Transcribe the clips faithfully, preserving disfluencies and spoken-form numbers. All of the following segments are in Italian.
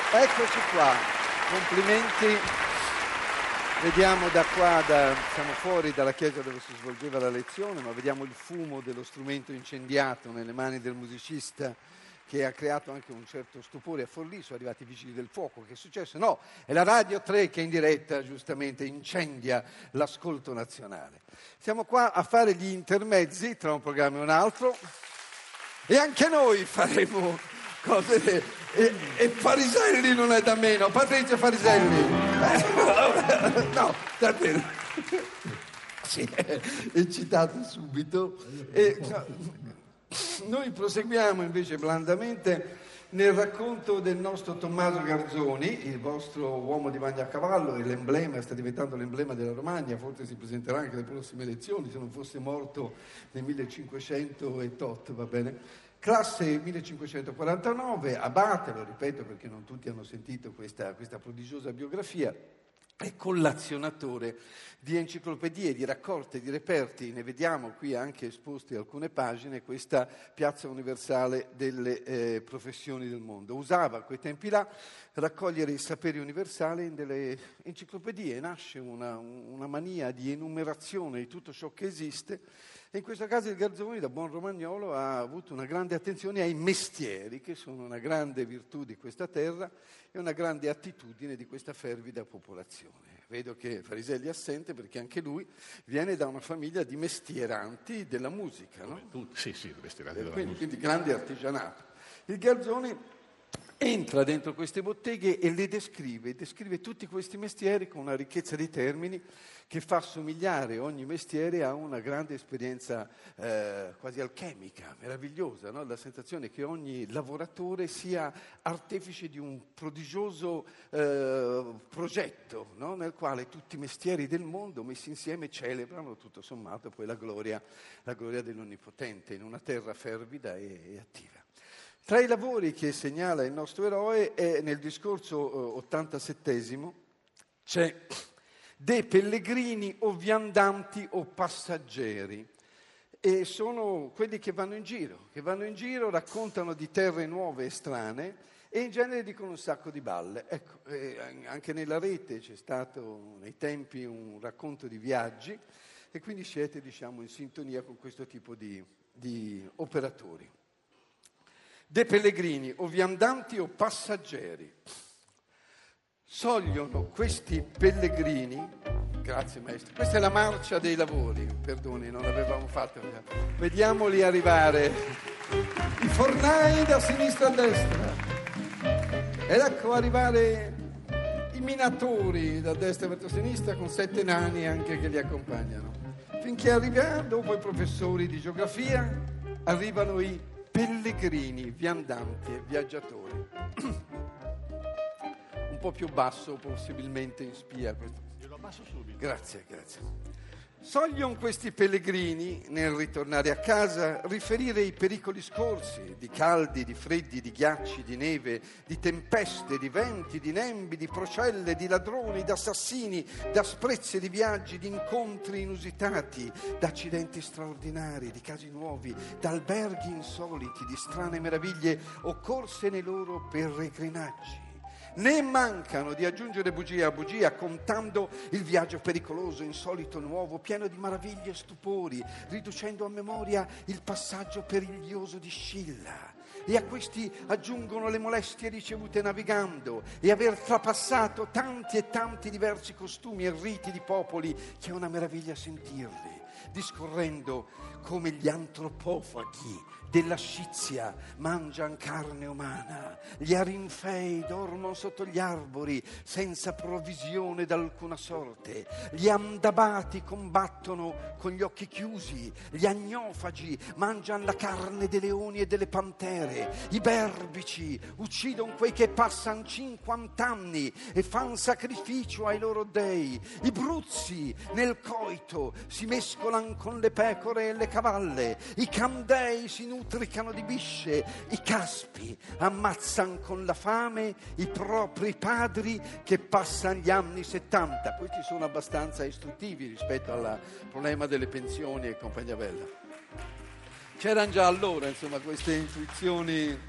Eccoci qua, complimenti. Vediamo da qua, da, siamo fuori dalla chiesa dove si svolgeva la lezione, ma vediamo il fumo dello strumento incendiato nelle mani del musicista, che ha creato anche un certo stupore a Forlì. Sono arrivati i vigili del fuoco. Che è successo? No, è la Radio tre che in diretta giustamente incendia l'ascolto nazionale. Siamo qua a fare gli intermezzi tra un programma e un altro, e anche noi faremo cose de... e, e Fariselli non è da meno. Patrizia Fariselli, eh, no, davvero, sì, è citato subito. E, no, noi proseguiamo invece blandamente nel racconto del nostro Tommaso Garzoni, il vostro uomo di Magnacavallo, e l'emblema, sta diventando l'emblema della Romagna. Forse si presenterà anche alle prossime elezioni, se non fosse morto nel millecinquecento e tot, va bene? Classe millecinquecentoquarantanove, abate, lo ripeto perché non tutti hanno sentito questa, questa prodigiosa biografia, è collazionatore di enciclopedie, di raccolte, di reperti. Ne vediamo qui anche esposte alcune pagine, questa piazza universale delle eh, professioni del mondo. Usava a quei tempi là raccogliere i saperi universali in delle enciclopedie. Nasce una, una mania di enumerazione di tutto ciò che esiste, e in questo caso il Garzoni, da buon romagnolo, ha avuto una grande attenzione ai mestieri, che sono una grande virtù di questa terra e una grande attitudine di questa fervida popolazione. Vedo che Fariselli è assente perché anche lui viene da una famiglia di mestieranti della musica, no? Tu, sì, sì, mestieranti della quindi, musica. Quindi grande artigianato. Il Garzoni entra dentro queste botteghe e le descrive, descrive tutti questi mestieri con una ricchezza di termini che fa somigliare ogni mestiere a una grande esperienza eh, quasi alchemica, meravigliosa, no? La sensazione che ogni lavoratore sia artefice di un prodigioso eh, progetto, no? Nel quale tutti i mestieri del mondo messi insieme celebrano tutto sommato poi la gloria, la gloria dell'Onnipotente in una terra fervida e, e attiva. Tra i lavori che segnala il nostro eroe, è nel discorso eh, ottantasettesimo, c'è dei pellegrini o viandanti o passaggeri, e sono quelli che vanno in giro, che vanno in giro, raccontano di terre nuove e strane e in genere dicono un sacco di balle. Ecco, eh, anche nella rete c'è stato nei tempi un racconto di viaggi, e quindi siete, diciamo, in sintonia con questo tipo di, di operatori. Dei pellegrini o viandanti o passaggeri. Sogliono questi pellegrini, grazie maestro, questa è la marcia dei lavori, perdoni, non l'avevamo fatto, vediamoli arrivare, i fornai da sinistra a destra, ed ecco arrivare i minatori da destra verso sinistra con sette nani anche che li accompagnano, finché arriviamo, dopo i professori di geografia, arrivano i pellegrini, viandanti e viaggiatori. Un po' più basso, possibilmente in spia. Questo. Glielo abbasso subito. Grazie, grazie. Soglion questi pellegrini, nel ritornare a casa, riferire i pericoli scorsi, di caldi, di freddi, di ghiacci, di neve, di tempeste, di venti, di nembi, di procelle, di ladroni, d'assassini, d'asprezze, di viaggi, di incontri inusitati, d'accidenti straordinari, di casi nuovi, d'alberghi insoliti, di strane meraviglie occorse nei loro peregrinaggi. Né mancano di aggiungere bugia a bugia, contando il viaggio pericoloso, insolito, nuovo, pieno di meraviglie e stupori, riducendo a memoria il passaggio periglioso di Scilla. E a questi aggiungono le molestie ricevute navigando e aver trapassato tanti e tanti diversi costumi e riti di popoli, che è una meraviglia sentirli, discorrendo come gli antropofagi della Scizia mangian carne umana, gli arinfei dormono sotto gli arbori senza provvisione d'alcuna sorte, gli andabati combattono con gli occhi chiusi, gli agnofagi mangian la carne dei leoni e delle pantere, i berbici uccidon quei che passan cinquant'anni e fan sacrificio ai loro dei, i bruzzi nel coito si mescolan con le pecore e le cavalle, i candei si nutricano di bisce, i caspi ammazzan con la fame i propri padri che passano gli anni settanta. Questi sono abbastanza istruttivi rispetto al problema delle pensioni e compagnia bella. C'erano già allora, insomma, queste intuizioni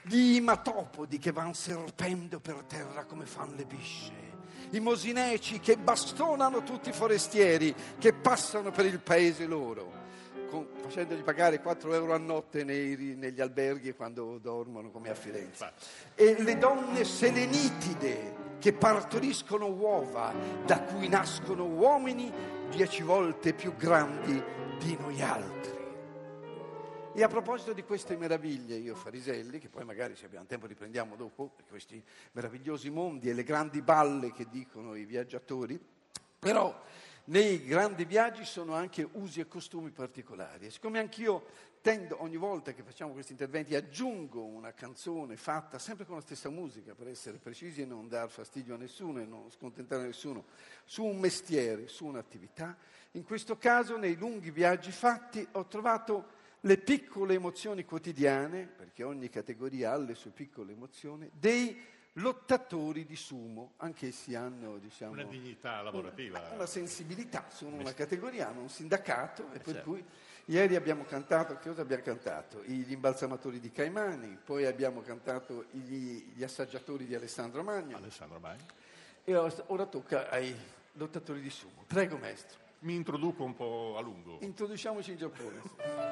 di imatopodi che van serpendo per terra come fan le bisce, i mosineci che bastonano tutti i forestieri che passano per il paese loro, con, facendogli pagare quattro euro a notte nei, negli alberghi quando dormono come a Firenze, e le donne selenitide che partoriscono uova da cui nascono uomini dieci volte più grandi di noi altri. E a proposito di queste meraviglie, io Fariselli, che poi magari se abbiamo tempo riprendiamo dopo, questi meravigliosi mondi e le grandi balle che dicono i viaggiatori, però nei grandi viaggi sono anche usi e costumi particolari. E siccome anch'io tendo, ogni volta che facciamo questi interventi, aggiungo una canzone fatta sempre con la stessa musica, per essere precisi e non dar fastidio a nessuno e non scontentare nessuno, su un mestiere, su un'attività, in questo caso nei lunghi viaggi fatti ho trovato le piccole emozioni quotidiane, perché ogni categoria ha le sue piccole emozioni, dei lottatori di sumo. Anch'essi hanno, diciamo, una dignità lavorativa, una, una sensibilità, sono una categoria, hanno un sindacato, e per certo. cui ieri abbiamo cantato, che cosa abbiamo cantato? Gli imbalsamatori di Caimani, poi abbiamo cantato gli, gli assaggiatori di Alessandro Magno. Alessandro Magno. E ora tocca ai lottatori di sumo. Prego, maestro. Mi introduco un po' a lungo. Introduciamoci in Giappone.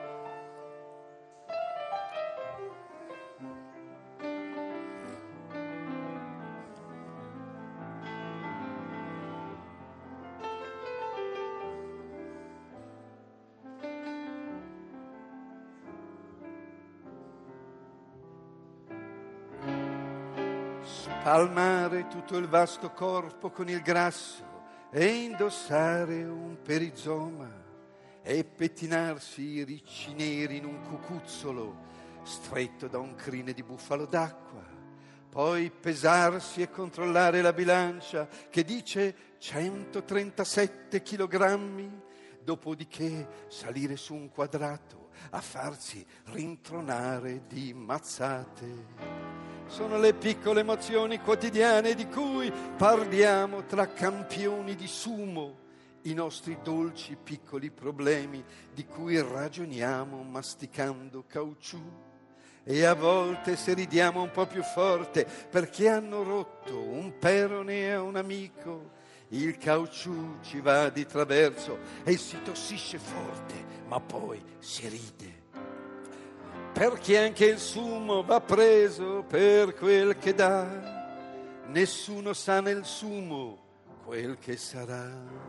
Spalmare tutto il vasto corpo con il grasso e indossare un perizoma e pettinarsi i ricci neri in un cucuzzolo stretto da un crine di bufalo d'acqua, poi pesarsi e controllare la bilancia che dice centotrentasette chilogrammi, dopodiché salire su un quadrato a farsi rintronare di mazzate. Sono le piccole emozioni quotidiane di cui parliamo tra campioni di sumo, i nostri dolci piccoli problemi di cui ragioniamo masticando caucciù. E a volte se ridiamo un po' più forte perché hanno rotto un perone a un amico, il caucciù ci va di traverso e si tossisce forte, ma poi si ride. Perché anche il sumo va preso per quel che dà, nessuno sa nel sumo quel che sarà.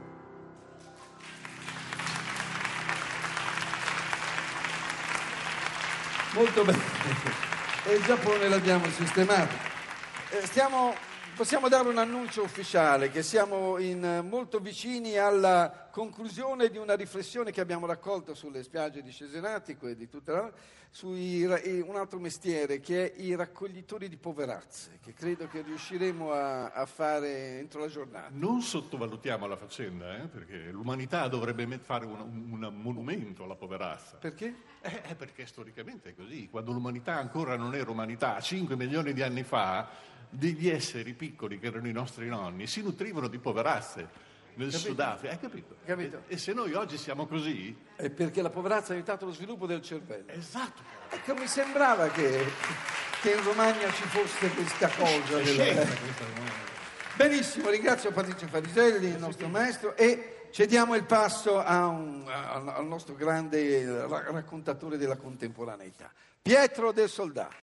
Molto bene, e il Giappone l'abbiamo sistemato. Eh, stiamo, possiamo dare un annuncio ufficiale che siamo in, molto vicini alla conclusione di una riflessione che abbiamo raccolto sulle spiagge di Cesenatico e di tutta la... su un altro mestiere che è i raccoglitori di poverazze, che credo che riusciremo a, a fare entro la giornata. Non sottovalutiamo la faccenda, eh, perché l'umanità dovrebbe met- fare un, un monumento alla poverazza. Perché? Eh, eh, perché storicamente è così. Quando l'umanità ancora non era umanità, cinque milioni di anni fa, degli esseri piccoli che erano i nostri nonni si nutrivano di poverazze nel Capito? Sudafrica, hai capito? Capito? E, e se noi oggi siamo così... È perché la poverazza ha aiutato lo sviluppo del cervello. Esatto. Ecco, mi sembrava che, che in Romagna ci fosse questa cosa. Della... Benissimo, ringrazio Patrizio Fariselli, il nostro maestro, e cediamo il passo a un, a, al nostro grande raccontatore della contemporaneità, Pietro del Soldato.